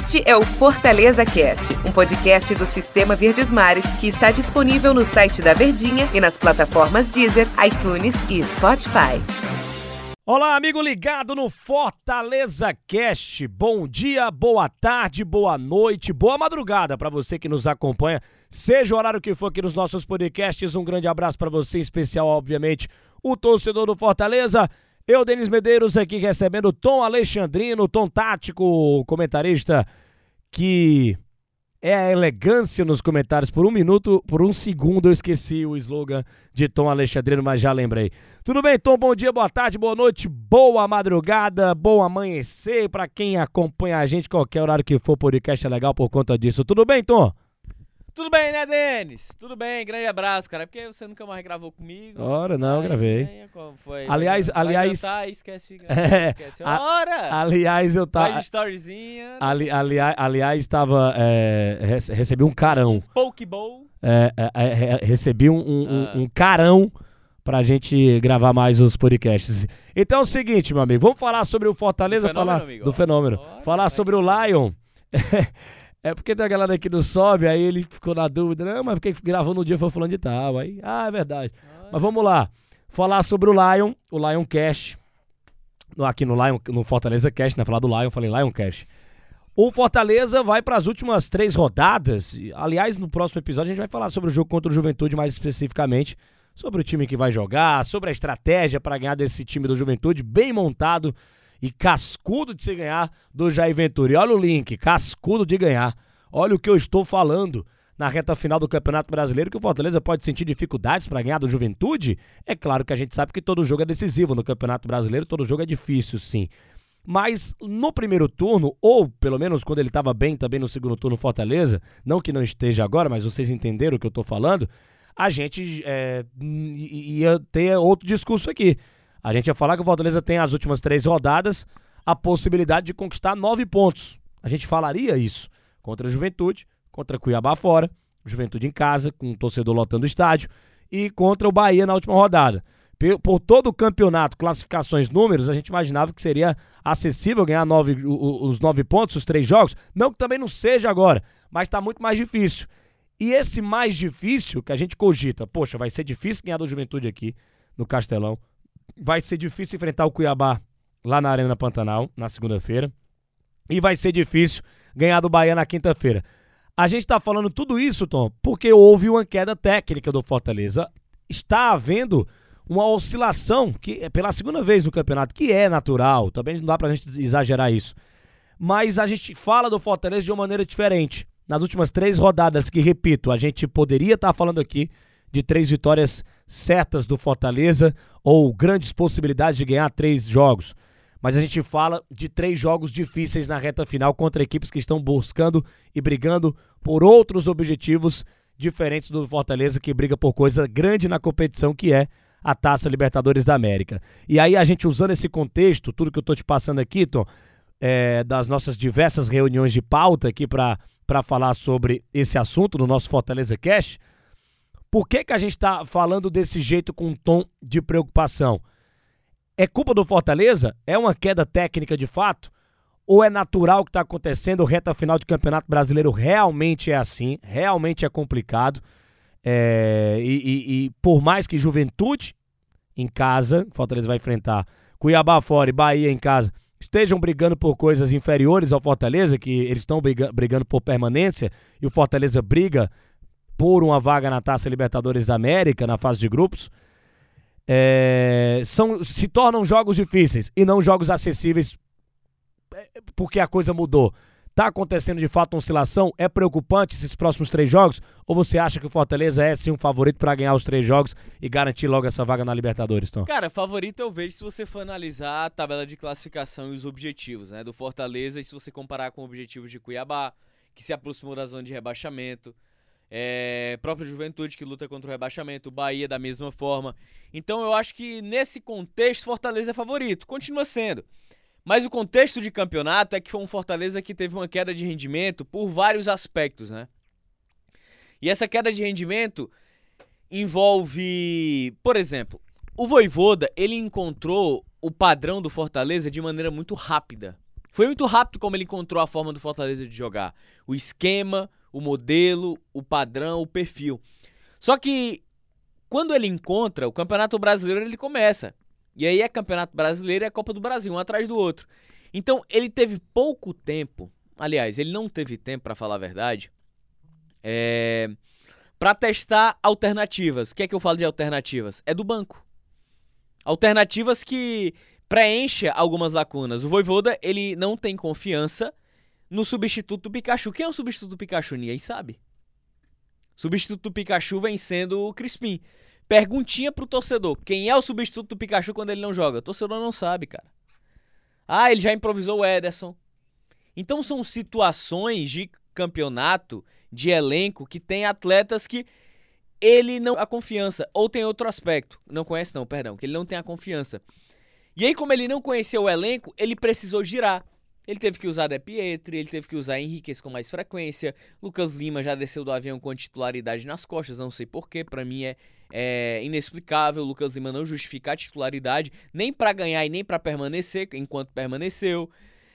Este é o Fortaleza Cast, um podcast do Sistema Verdes Mares que está disponível no site da Verdinha e nas plataformas Deezer, iTunes e Spotify. Olá, amigo ligado no Fortaleza Cast. Bom dia, boa tarde, boa noite, boa madrugada para você que nos acompanha, seja o horário que for aqui nos nossos podcasts. Um grande abraço para você, em especial, obviamente, o torcedor do Fortaleza. Eu, Denis Medeiros, aqui recebendo Tom Alexandrino, Tom Tático, comentarista que é a elegância nos comentários. Por um segundo eu esqueci o slogan de Tom Alexandrino, mas já lembrei. Tudo bem, Tom? Bom dia, boa tarde, boa noite, boa madrugada, bom amanhecer para quem acompanha a gente, qualquer horário que for, podcast é legal por conta disso. Tudo bem, Tom? Tudo bem, né, Denis? Tudo bem, grande abraço, cara. Porque você nunca mais gravou comigo. Ora, não, gravei. Foi? Aliás... Jantar, esquece. Ora! Aliás, eu tava... Faz storyzinha. Aliás, tava... recebi um carão. Pokeball. Recebi um carão pra gente gravar mais os podcasts. Então é o seguinte, meu amigo. Vamos falar sobre o Fortaleza. Do fenômeno. Falar sobre o Lion. É porque tem a galera aqui não sobe, aí ele ficou na dúvida, não, mas porque gravou no dia foi falando de tal, aí, é verdade. Mas vamos lá, falar sobre o Lion Cast, aqui no Fortaleza Cast, né, falar do Lion, falei Lion Cast. O Fortaleza vai para as últimas 3 rodadas, aliás, no próximo episódio a gente vai falar sobre o jogo contra o Juventude mais especificamente, sobre o time que vai jogar, sobre a estratégia para ganhar desse time do Juventude, bem montado, e cascudo de se ganhar do Jair Ventura. E olha o link, cascudo de ganhar. Olha o que eu estou falando na reta final do Campeonato Brasileiro, que o Fortaleza pode sentir dificuldades para ganhar do Juventude. É claro que a gente sabe que todo jogo é decisivo no Campeonato Brasileiro, todo jogo é difícil, sim. Mas no primeiro turno, ou pelo menos quando ele estava bem também no segundo turno Fortaleza, não que não esteja agora, mas vocês entenderam o que eu estou falando, a gente ia ter outro discurso aqui. A gente ia falar que o Fortaleza tem as últimas 3 rodadas a possibilidade de conquistar 9 pontos. A gente falaria isso contra a Juventude, contra Cuiabá fora, Juventude em casa, com o torcedor lotando o estádio, e contra o Bahia na última rodada. Por todo o campeonato, classificações, números, a gente imaginava que seria acessível ganhar os 9 pontos, os 3 jogos. Não que também não seja agora, mas está muito mais difícil. E esse mais difícil que a gente cogita, poxa, vai ser difícil ganhar do Juventude aqui no Castelão. Vai ser difícil enfrentar o Cuiabá lá na Arena Pantanal, na segunda-feira. E vai ser difícil ganhar do Bahia na quinta-feira. A gente está falando tudo isso, Tom, porque houve uma queda técnica do Fortaleza. Está havendo uma oscilação, que é pela segunda vez no campeonato, que é natural. Também não dá pra gente exagerar isso. Mas a gente fala do Fortaleza de uma maneira diferente. Nas últimas 3 rodadas, que repito, a gente poderia estar falando aqui de 3 vitórias certas do Fortaleza ou grandes possibilidades de ganhar 3 jogos. Mas a gente fala de 3 jogos difíceis na reta final contra equipes que estão buscando e brigando por outros objetivos diferentes do Fortaleza, que briga por coisa grande na competição, que é a Taça Libertadores da América. E aí a gente usando esse contexto, tudo que eu tô te passando aqui, Tom, das nossas diversas reuniões de pauta aqui para falar sobre esse assunto no nosso Fortaleza Cast. Por que a gente está falando desse jeito com um tom de preocupação? É culpa do Fortaleza? É uma queda técnica de fato? Ou é natural o que está acontecendo? Reta final de Campeonato Brasileiro realmente é assim, realmente é complicado. E por mais que Juventude em casa, Fortaleza vai enfrentar Cuiabá fora e Bahia em casa, estejam brigando por coisas inferiores ao Fortaleza, que eles estão brigando por permanência, e o Fortaleza briga por uma vaga na Taça Libertadores da América, na fase de grupos, se tornam jogos difíceis e não jogos acessíveis, porque a coisa mudou. Tá acontecendo de fato uma oscilação? É preocupante esses próximos 3 jogos? Ou você acha que o Fortaleza é sim um favorito para ganhar os 3 jogos e garantir logo essa vaga na Libertadores, Tom? Cara, favorito eu vejo se você for analisar a tabela de classificação e os objetivos, né, do Fortaleza, e se você comparar com objetivos de Cuiabá, que se aproximou da zona de rebaixamento, próprio Juventude, que luta contra o rebaixamento, o Bahia da mesma forma. Então eu acho que nesse contexto Fortaleza é favorito, continua sendo. Mas o contexto de campeonato é que foi um Fortaleza que teve uma queda de rendimento por vários aspectos, né? E essa queda de rendimento envolve, por exemplo, o Vojvoda, ele encontrou o padrão do Fortaleza de maneira muito rápida. Foi muito rápido como ele encontrou a forma do Fortaleza de jogar. O esquema, o modelo, o padrão, o perfil. Só que quando ele encontra, o Campeonato Brasileiro ele começa. E aí é Campeonato Brasileiro e é Copa do Brasil, um atrás do outro. Então ele teve pouco tempo, aliás, ele não teve tempo, para falar a verdade, para testar alternativas. O que é que eu falo de alternativas? É do banco. Alternativas que preenchem algumas lacunas. O Vojvoda, ele não tem confiança no substituto do Pikachu. Quem é o substituto do Pikachu? Ninguém sabe. O substituto do Pikachu vem sendo o Crispim. Perguntinha pro torcedor. Quem é o substituto do Pikachu quando ele não joga? O torcedor não sabe, cara. Ah, ele já improvisou o Ederson. Então são situações de campeonato, de elenco, que tem atletas que ele não tem a confiança. Ou tem outro aspecto. Não conhece não, perdão. Que ele não tem a confiança. E aí, como ele não conheceu o elenco, ele precisou girar. Ele teve que usar De Pietri, ele teve que usar Henriquez com mais frequência. Lucas Lima já desceu do avião com titularidade nas costas, não sei porquê. Pra mim é inexplicável. O Lucas Lima não justifica a titularidade, nem pra ganhar e nem pra permanecer, enquanto permaneceu.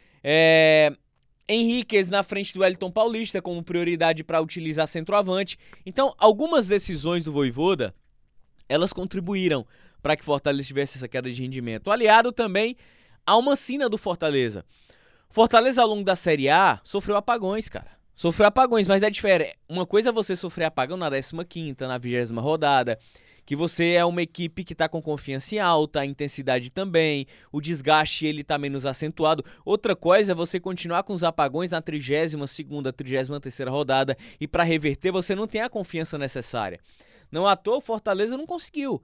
Henriquez na frente do Wellington Paulista como prioridade para utilizar centroavante. Então, algumas decisões do Vojvoda, elas contribuíram para que Fortaleza tivesse essa queda de rendimento. Aliado também a uma sina do Fortaleza. Fortaleza, ao longo da Série A, sofreu apagões, cara. Sofreu apagões, mas é diferente. Uma coisa é você sofrer apagão na 15ª, na 20ª rodada, que você é uma equipe que tá com confiança em alta, a intensidade também, o desgaste ele tá menos acentuado. Outra coisa é você continuar com os apagões na 32ª, 33ª rodada, e para reverter você não tem a confiança necessária. Não à toa, o Fortaleza não conseguiu.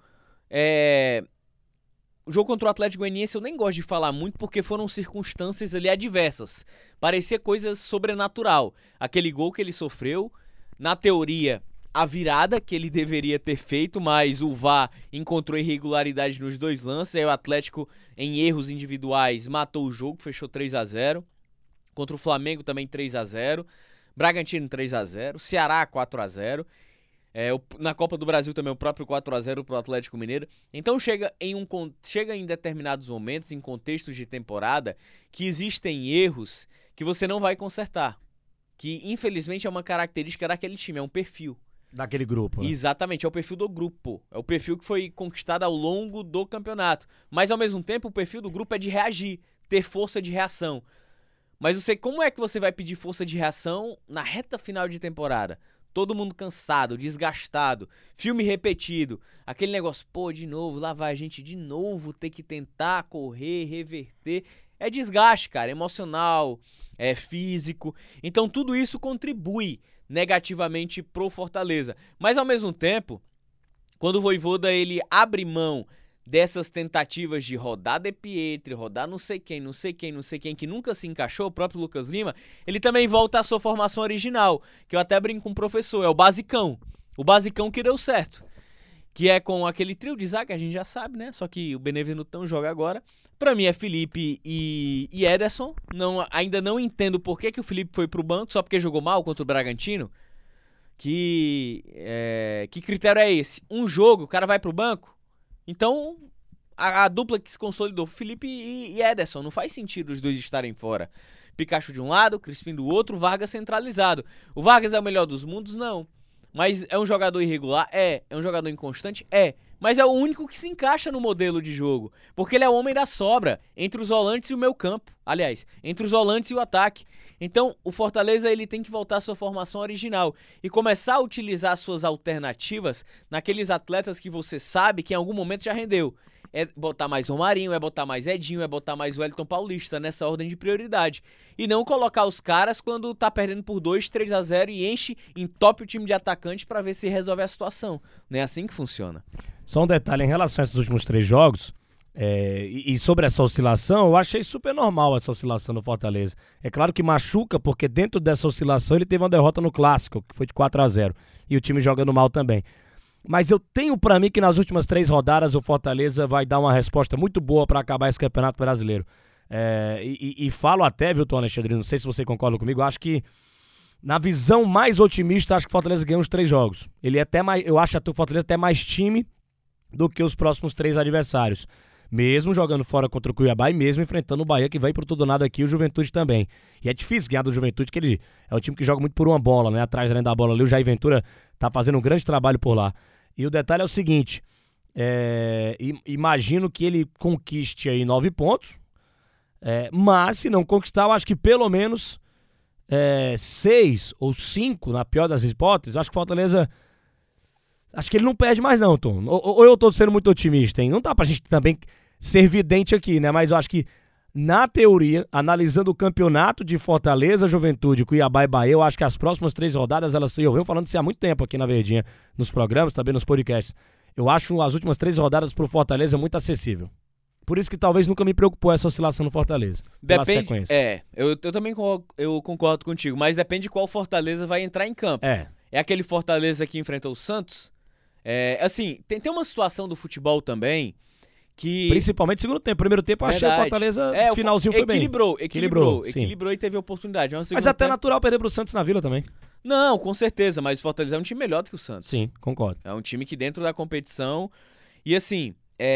O jogo contra o Atlético Goianiense eu nem gosto de falar muito porque foram circunstâncias ali adversas. Parecia coisa sobrenatural. Aquele gol que ele sofreu, na teoria, a virada que ele deveria ter feito, mas o VAR encontrou irregularidade nos dois lances. Aí o Atlético, em erros individuais, matou o jogo, fechou 3-0. Contra o Flamengo também 3-0. Bragantino 3-0. Ceará 4-0. Na Copa do Brasil também o próprio 4-0 pro Atlético Mineiro. Então chega em determinados momentos, em contextos de temporada, que existem erros que você não vai consertar. Que infelizmente é uma característica daquele time, é um perfil. Daquele grupo, né? Exatamente, é o perfil do grupo. É o perfil que foi conquistado ao longo do campeonato. Mas ao mesmo tempo o perfil do grupo é de reagir, ter força de reação. Mas como é que você vai pedir força de reação na reta final de temporada? Todo mundo cansado, desgastado, filme repetido, aquele negócio, de novo, lá vai a gente de novo ter que tentar correr, reverter. É desgaste, cara, emocional, físico. Então tudo isso contribui negativamente pro Fortaleza. Mas ao mesmo tempo, quando o Vojvoda ele abre mão dessas tentativas de rodar De Pietri, rodar não sei quem, que nunca se encaixou, o próprio Lucas Lima, ele também volta à sua formação original, que eu até brinco com o professor, é o basicão. O basicão que deu certo. Que é com aquele trio de zaga, que a gente já sabe, né? Só que o Benevenuto não joga agora. Pra mim é Felipe e Ederson. Ainda não entendo por que o Felipe foi pro banco, só porque jogou mal contra o Bragantino. Que critério é esse? Um jogo, o cara vai pro banco? Então, a dupla que se consolidou, Felipe e Ederson, não faz sentido os dois estarem fora. Pikachu de um lado, Crispim do outro, Vargas centralizado. O Vargas é o melhor dos mundos? Não. Mas é um jogador irregular? É um jogador inconstante? Mas é o único que se encaixa no modelo de jogo. Porque ele é o homem da sobra entre os volantes e o meio-campo. Aliás, entre os volantes e o ataque. Então, o Fortaleza ele tem que voltar à sua formação original e começar a utilizar suas alternativas naqueles atletas que você sabe que em algum momento já rendeu. É botar mais Romarinho, é botar mais Edinho, é botar mais Wellington Paulista nessa ordem de prioridade. E não colocar os caras quando tá perdendo por 2-3-0 e entope o time de atacante pra ver se resolve a situação. Não é assim que funciona. Só um detalhe, em relação a esses últimos 3 jogos, e sobre essa oscilação, eu achei super normal essa oscilação no Fortaleza. É claro que machuca, porque dentro dessa oscilação ele teve uma derrota no Clássico, que foi de 4-0, e o time jogando mal também. Mas eu tenho pra mim que nas últimas 3 rodadas o Fortaleza vai dar uma resposta muito boa pra acabar esse Campeonato Brasileiro. E falo até, viu, Tom Alexandre, não sei se você concorda comigo, acho que na visão mais otimista, acho que o Fortaleza ganha os 3 jogos. Eu acho que o Fortaleza até mais time do que os próximos 3 adversários. Mesmo jogando fora contra o Cuiabá e mesmo enfrentando o Bahia, que vai por tudo ou nada aqui, e o Juventude também. E é difícil ganhar do Juventude, que ele é um time que joga muito por uma bola, né? Atrás da bola ali, o Jair Ventura tá fazendo um grande trabalho por lá. E o detalhe é o seguinte, imagino que ele conquiste aí 9 pontos, mas se não conquistar, eu acho que pelo menos 6 ou 5, na pior das hipóteses, acho que o Fortaleza... Acho que ele não perde mais não, Tom. Ou eu tô sendo muito otimista, hein? Não dá pra gente também ser vidente aqui, né? Mas eu acho que, na teoria, analisando o campeonato de Fortaleza, Juventude, Cuiabá e Bahia, eu acho que as próximas 3 rodadas, eu venho falando isso há muito tempo aqui na Verdinha, nos programas, também nos podcasts. Eu acho as últimas 3 rodadas pro Fortaleza muito acessível. Por isso que talvez nunca me preocupou essa oscilação no Fortaleza. Depende. Eu também concordo contigo, mas depende de qual Fortaleza vai entrar em campo. É aquele Fortaleza que enfrentou o Santos? Assim, tem uma situação do futebol também que... Principalmente no segundo tempo. Primeiro tempo eu achei o Fortaleza, finalzinho foi bem. Equilibrou e teve oportunidade. Mas até natural perder pro Santos na Vila também. Não, com certeza, mas o Fortaleza é um time melhor do que o Santos. Sim, concordo. É um time que dentro da competição... E assim,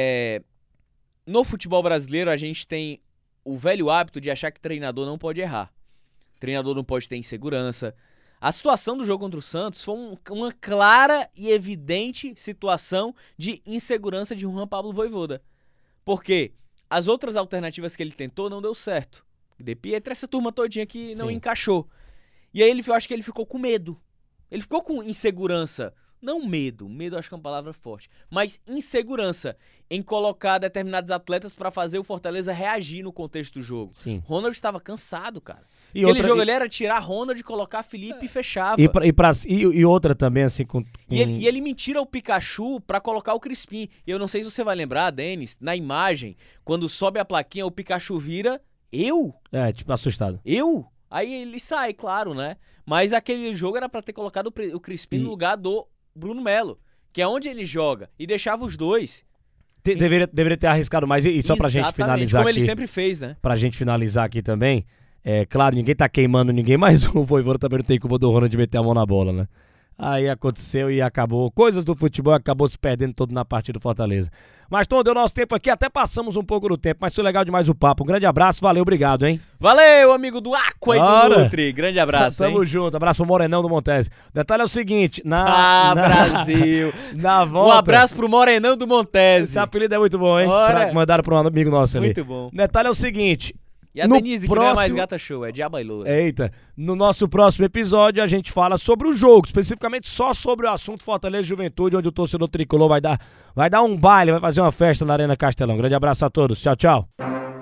no futebol brasileiro a gente tem o velho hábito de achar que treinador não pode errar. Treinador não pode ter insegurança. A situação do jogo contra o Santos foi uma clara e evidente situação de insegurança de Juan Pablo Vojvoda. Porque as outras alternativas que ele tentou não deu certo. De Pietro, essa turma todinha que não encaixou. E aí eu acho que ele ficou com medo. Ele ficou com insegurança. Não medo acho que é uma palavra forte. Mas insegurança em colocar determinados atletas para fazer o Fortaleza reagir no contexto do jogo. Sim. Ronald estava cansado, cara. Aquele jogo ele era tirar Ronald, colocar Felipe e fechava. E outra também, assim... E ele me tira o Pikachu pra colocar o Crispim. E eu não sei se você vai lembrar, Denis, na imagem, quando sobe a plaquinha, o Pikachu vira... Eu? Tipo, assustado. Eu? Aí ele sai, claro, né? Mas aquele jogo era pra ter colocado o Crispim no lugar do Bruno Melo, que é onde ele joga, e deixava os dois. Deveria ter arriscado mais. E só pra gente finalizar como aqui... ele sempre fez, né? Pra gente finalizar aqui também... claro, ninguém tá queimando ninguém, mas o Vojvoda também não tem culpa do Ronald de meter a mão na bola, né? Aí aconteceu e acabou. Coisas do futebol, acabou se perdendo todo na partida do Fortaleza. Mas, Tom, deu nosso tempo aqui, até passamos um pouco do tempo, mas foi legal demais o papo. Um grande abraço, valeu, obrigado, hein? Valeu, amigo do Aqua e do Nutri. Grande abraço, Tamo junto, abraço pro Morenão do Montese. O detalhe é o seguinte, Brasil! Na volta... Um abraço pro Morenão do Montese. Esse apelido é muito bom, hein? Mandaram pro um amigo nosso ali. Muito bom. O detalhe é o seguinte... E a Denise, que não é mais gata show, é Diaba e Loura. Eita, no nosso próximo episódio a gente fala sobre o jogo, especificamente só sobre o assunto Fortaleza e Juventude, onde o torcedor tricolor vai dar um baile, vai fazer uma festa na Arena Castelão. Grande abraço a todos, tchau, tchau.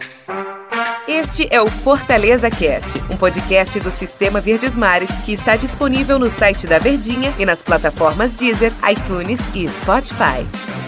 Este é o Fortaleza Cast, um podcast do Sistema Verdes Mares que está disponível no site da Verdinha e nas plataformas Deezer, iTunes e Spotify.